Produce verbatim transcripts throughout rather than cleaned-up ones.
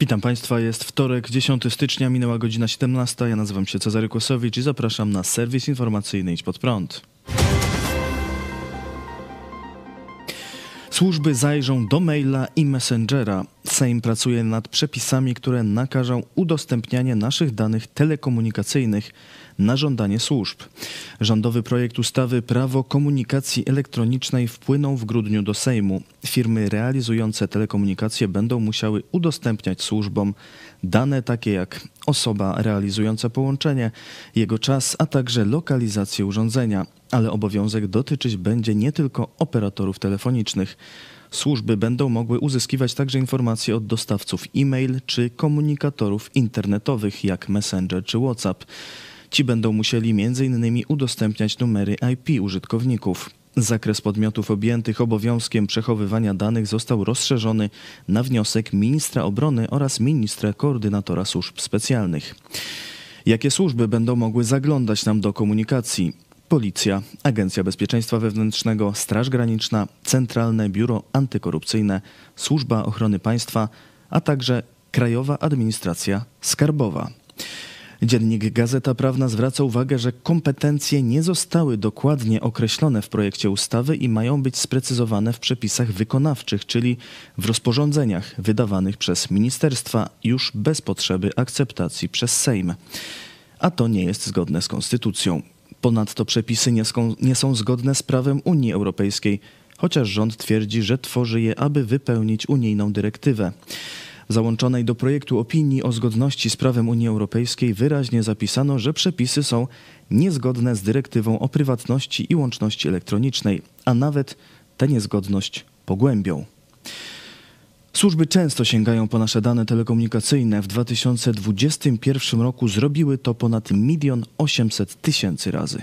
Witam Państwa, jest wtorek, dziesiątego stycznia, minęła godzina siedemnasta. Ja nazywam się Cezary Kłosowicz i zapraszam na serwis informacyjny Idź Pod Prąd. Służby zajrzą do maila i messengera. Sejm pracuje nad przepisami, które nakażą udostępnianie naszych danych telekomunikacyjnych na żądanie służb. Rządowy projekt ustawy Prawo komunikacji elektronicznej wpłynął w grudniu do Sejmu. Firmy realizujące telekomunikacje będą musiały udostępniać służbom dane takie jak osoba realizująca połączenie, jego czas, a także lokalizację urządzenia. Ale obowiązek dotyczyć będzie nie tylko operatorów telefonicznych. Służby będą mogły uzyskiwać także informacje od dostawców e-mail czy komunikatorów internetowych jak Messenger czy WhatsApp. Ci będą musieli między innymi udostępniać numery I P użytkowników. Zakres podmiotów objętych obowiązkiem przechowywania danych został rozszerzony na wniosek ministra obrony oraz ministra koordynatora służb specjalnych. Jakie służby będą mogły zaglądać nam do komunikacji? Policja, Agencja Bezpieczeństwa Wewnętrznego, Straż Graniczna, Centralne Biuro Antykorupcyjne, Służba Ochrony Państwa, a także Krajowa Administracja Skarbowa. Dziennik Gazeta Prawna zwraca uwagę, że kompetencje nie zostały dokładnie określone w projekcie ustawy i mają być sprecyzowane w przepisach wykonawczych, czyli w rozporządzeniach wydawanych przez ministerstwa już bez potrzeby akceptacji przez Sejm. A to nie jest zgodne z konstytucją. Ponadto przepisy nie, są, nie są zgodne z prawem Unii Europejskiej, chociaż rząd twierdzi, że tworzy je, aby wypełnić unijną dyrektywę. W załączonej do projektu opinii o zgodności z prawem Unii Europejskiej wyraźnie zapisano, że przepisy są niezgodne z dyrektywą o prywatności i łączności elektronicznej, a nawet tę niezgodność pogłębią. Służby często sięgają po nasze dane telekomunikacyjne. W dwa tysiące dwudziestym pierwszym roku zrobiły to ponad milion osiemset tysięcy razy.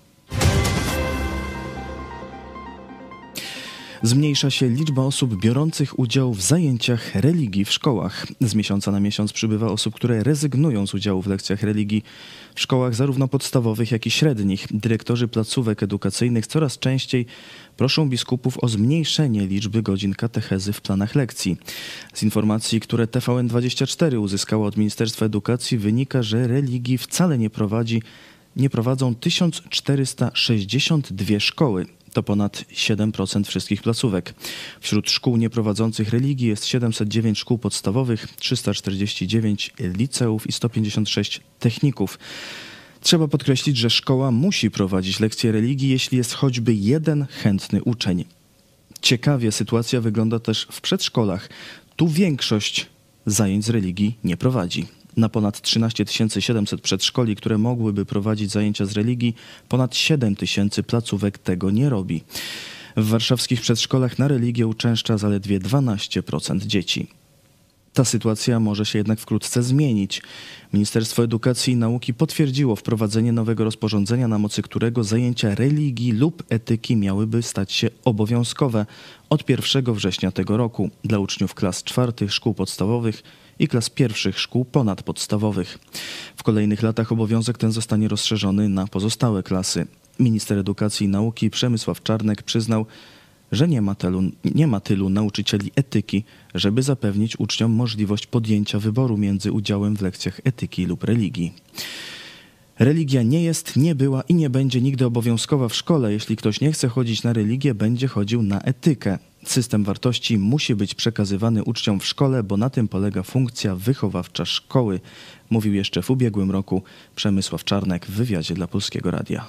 Zmniejsza się liczba osób biorących udział w zajęciach religii w szkołach. Z miesiąca na miesiąc przybywa osób, które rezygnują z udziału w lekcjach religii w szkołach zarówno podstawowych, jak i średnich. Dyrektorzy placówek edukacyjnych coraz częściej proszą biskupów o zmniejszenie liczby godzin katechezy w planach lekcji. Z informacji, które T V N dwadzieścia cztery uzyskało od Ministerstwa Edukacji, wynika, że religii wcale nie prowadzi, nie prowadzą tysiąc czterysta sześćdziesiąt dwie szkoły. To ponad siedem procent wszystkich placówek. Wśród szkół nieprowadzących religii jest siedemset dziewięć szkół podstawowych, trzysta czterdzieści dziewięć liceów i sto pięćdziesiąt sześć techników. Trzeba podkreślić, że szkoła musi prowadzić lekcje religii, jeśli jest choćby jeden chętny uczeń. Ciekawie sytuacja wygląda też w przedszkolach. Tu większość zajęć z religii nie prowadzi. Na ponad trzynaście tysięcy siedemset przedszkoli, które mogłyby prowadzić zajęcia z religii, ponad siedem tysięcy placówek tego nie robi. W warszawskich przedszkolach na religię uczęszcza zaledwie dwanaście procent dzieci. Ta sytuacja może się jednak wkrótce zmienić. Ministerstwo Edukacji i Nauki potwierdziło wprowadzenie nowego rozporządzenia, na mocy którego zajęcia religii lub etyki miałyby stać się obowiązkowe od pierwszego września tego roku dla uczniów klas czwartych szkół podstawowych i klas pierwszych szkół ponadpodstawowych. W kolejnych latach obowiązek ten zostanie rozszerzony na pozostałe klasy. Minister Edukacji i Nauki Przemysław Czarnek przyznał, że nie ma, tylu, nie ma tylu nauczycieli etyki, żeby zapewnić uczniom możliwość podjęcia wyboru między udziałem w lekcjach etyki lub religii. Religia nie jest, nie była i nie będzie nigdy obowiązkowa w szkole. Jeśli ktoś nie chce chodzić na religię, będzie chodził na etykę. System wartości musi być przekazywany uczniom w szkole, bo na tym polega funkcja wychowawcza szkoły, mówił jeszcze w ubiegłym roku Przemysław Czarnek w wywiadzie dla Polskiego Radia.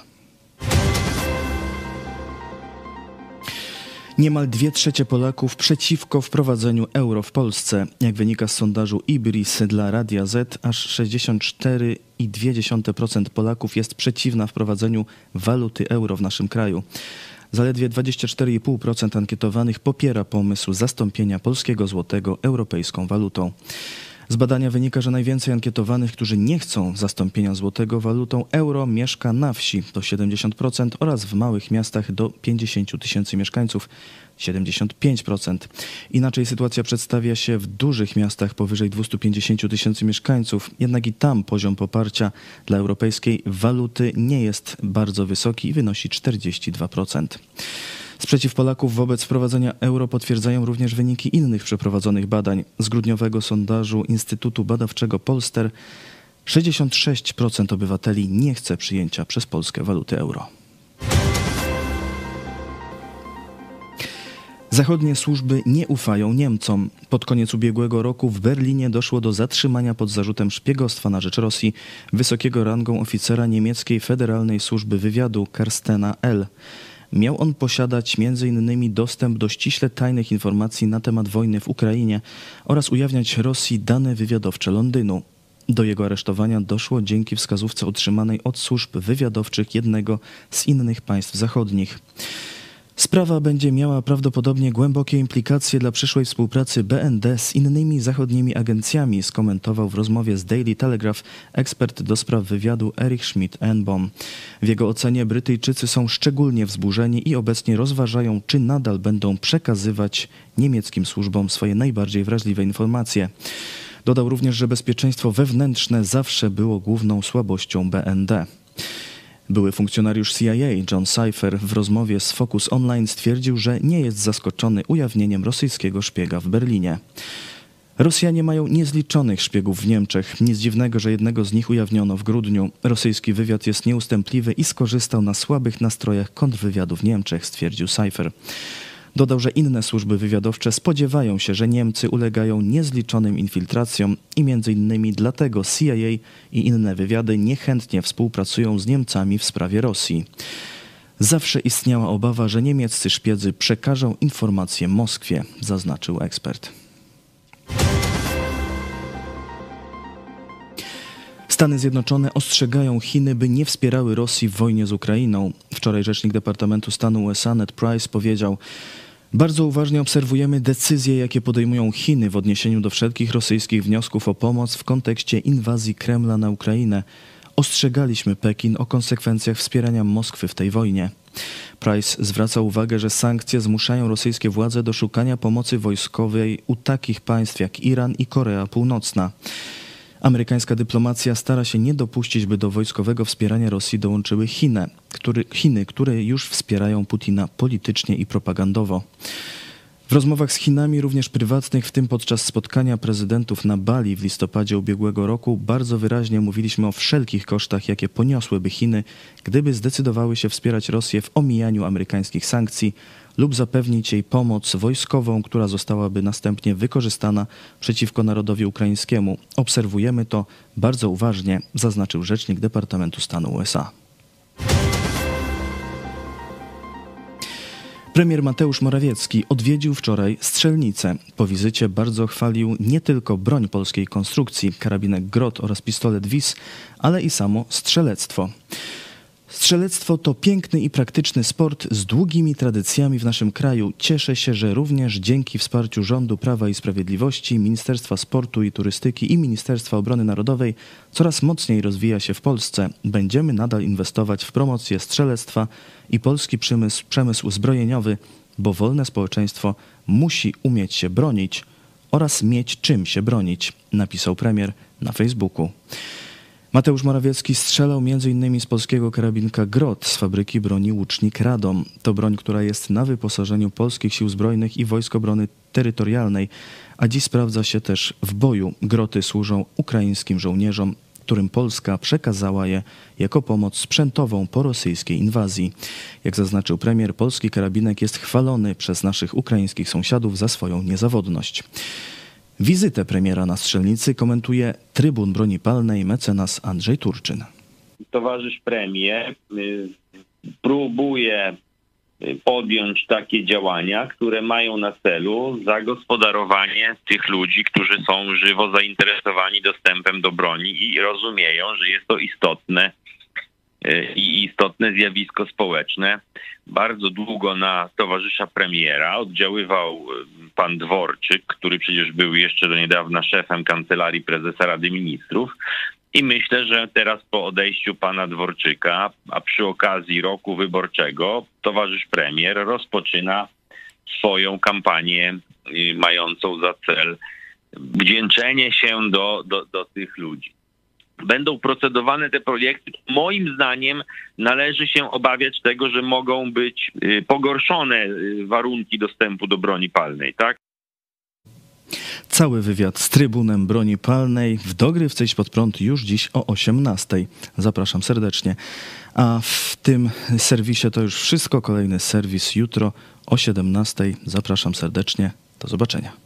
Niemal dwie trzecie Polaków przeciwko wprowadzeniu euro w Polsce. Jak wynika z sondażu Ibris dla Radia Z, aż sześćdziesiąt cztery i dwie dziesiąte procent Polaków jest przeciwna wprowadzeniu waluty euro w naszym kraju. Zaledwie dwadzieścia cztery i pół procent ankietowanych popiera pomysł zastąpienia polskiego złotego europejską walutą. Z badania wynika, że najwięcej ankietowanych, którzy nie chcą zastąpienia złotego walutą euro, mieszka na wsi, to siedemdziesiąt procent, oraz w małych miastach do pięćdziesiąt tysięcy mieszkańców, siedemdziesiąt pięć procent. Inaczej sytuacja przedstawia się w dużych miastach powyżej dwieście pięćdziesiąt tysięcy mieszkańców, jednak i tam poziom poparcia dla europejskiej waluty nie jest bardzo wysoki i wynosi czterdzieści dwa procent. Sprzeciw Polaków wobec wprowadzenia euro potwierdzają również wyniki innych przeprowadzonych badań. Z grudniowego sondażu Instytutu Badawczego Polster sześćdziesiąt sześć procent obywateli nie chce przyjęcia przez Polskę waluty euro. Zachodnie służby nie ufają Niemcom. Pod koniec ubiegłego roku w Berlinie doszło do zatrzymania pod zarzutem szpiegostwa na rzecz Rosji wysokiego rangą oficera niemieckiej Federalnej Służby Wywiadu Carstena L. Miał on posiadać między innymi dostęp do ściśle tajnych informacji na temat wojny w Ukrainie oraz ujawniać Rosji dane wywiadowcze Londynu. Do jego aresztowania doszło dzięki wskazówce otrzymanej od służb wywiadowczych jednego z innych państw zachodnich. Sprawa będzie miała prawdopodobnie głębokie implikacje dla przyszłej współpracy B N D z innymi zachodnimi agencjami, skomentował w rozmowie z Daily Telegraph ekspert do spraw wywiadu Erich Schmidt-Enbom. W jego ocenie Brytyjczycy są szczególnie wzburzeni i obecnie rozważają, czy nadal będą przekazywać niemieckim służbom swoje najbardziej wrażliwe informacje. Dodał również, że bezpieczeństwo wewnętrzne zawsze było główną słabością B N D. Były funkcjonariusz C I A John Seifer w rozmowie z Focus Online stwierdził, że nie jest zaskoczony ujawnieniem rosyjskiego szpiega w Berlinie. Rosjanie mają niezliczonych szpiegów w Niemczech. Nic dziwnego, że jednego z nich ujawniono w grudniu. Rosyjski wywiad jest nieustępliwy i skorzystał na słabych nastrojach kontrwywiadu w Niemczech, stwierdził Seifer. Dodał, że inne służby wywiadowcze spodziewają się, że Niemcy ulegają niezliczonym infiltracjom i między innymi dlatego C I A i inne wywiady niechętnie współpracują z Niemcami w sprawie Rosji. Zawsze istniała obawa, że niemieccy szpiedzy przekażą informacje Moskwie, zaznaczył ekspert. Stany Zjednoczone ostrzegają Chiny, by nie wspierały Rosji w wojnie z Ukrainą. Wczoraj rzecznik Departamentu Stanu U S A Ned Price powiedział: bardzo uważnie obserwujemy decyzje, jakie podejmują Chiny w odniesieniu do wszelkich rosyjskich wniosków o pomoc w kontekście inwazji Kremla na Ukrainę. Ostrzegaliśmy Pekin o konsekwencjach wspierania Moskwy w tej wojnie. Price zwraca uwagę, że sankcje zmuszają rosyjskie władze do szukania pomocy wojskowej u takich państw jak Iran i Korea Północna. Amerykańska dyplomacja stara się nie dopuścić, by do wojskowego wspierania Rosji dołączyły Chiny, który, Chiny, które już wspierają Putina politycznie i propagandowo. W rozmowach z Chinami, również prywatnych, w tym podczas spotkania prezydentów na Bali w listopadzie ubiegłego roku, bardzo wyraźnie mówiliśmy o wszelkich kosztach, jakie poniosłyby Chiny, gdyby zdecydowały się wspierać Rosję w omijaniu amerykańskich sankcji lub zapewnić jej pomoc wojskową, która zostałaby następnie wykorzystana przeciwko narodowi ukraińskiemu. Obserwujemy to bardzo uważnie, zaznaczył rzecznik Departamentu Stanu U S A. Premier Mateusz Morawiecki odwiedził wczoraj Strzelnicę. Po wizycie bardzo chwalił nie tylko broń polskiej konstrukcji, karabinek Grot oraz pistolet Vis, ale i samo strzelectwo. Strzelectwo to piękny i praktyczny sport z długimi tradycjami w naszym kraju. Cieszę się, że również dzięki wsparciu rządu Prawa i Sprawiedliwości, Ministerstwa Sportu i Turystyki i Ministerstwa Obrony Narodowej coraz mocniej rozwija się w Polsce. Będziemy nadal inwestować w promocję strzelectwa i polski przemysł, przemysł zbrojeniowy, bo wolne społeczeństwo musi umieć się bronić oraz mieć czym się bronić, napisał premier na Facebooku. Mateusz Morawiecki strzelał między innymi z polskiego karabinka Grot z fabryki broni Łucznik Radom. To broń, która jest na wyposażeniu polskich sił zbrojnych i Wojsk Obrony Terytorialnej, a dziś sprawdza się też w boju. Groty służą ukraińskim żołnierzom, którym Polska przekazała je jako pomoc sprzętową po rosyjskiej inwazji. Jak zaznaczył premier, polski karabinek jest chwalony przez naszych ukraińskich sąsiadów za swoją niezawodność. Wizytę premiera na Strzelnicy komentuje trybun broni palnej mecenas Andrzej Turczyn. Towarzysz premier próbuje podjąć takie działania, które mają na celu zagospodarowanie tych ludzi, którzy są żywo zainteresowani dostępem do broni i rozumieją, że jest to istotne i istotne zjawisko społeczne. Bardzo długo na towarzysza premiera oddziaływał pan Dworczyk, który przecież był jeszcze do niedawna szefem Kancelarii Prezesa Rady Ministrów. I myślę, że teraz po odejściu pana Dworczyka, a przy okazji roku wyborczego, towarzysz premier rozpoczyna swoją kampanię mającą za cel wdzięczenie się do, do, do tych ludzi. będą procedowane te projekty, moim zdaniem należy się obawiać tego, że mogą być pogorszone warunki dostępu do broni palnej, tak? Cały wywiad z Trybunem Broni Palnej w dogrywce Idź Pod Prąd już dziś o osiemnastej. Zapraszam serdecznie. A w tym serwisie to już wszystko. Kolejny serwis jutro o siedemnastej. Zapraszam serdecznie. Do zobaczenia.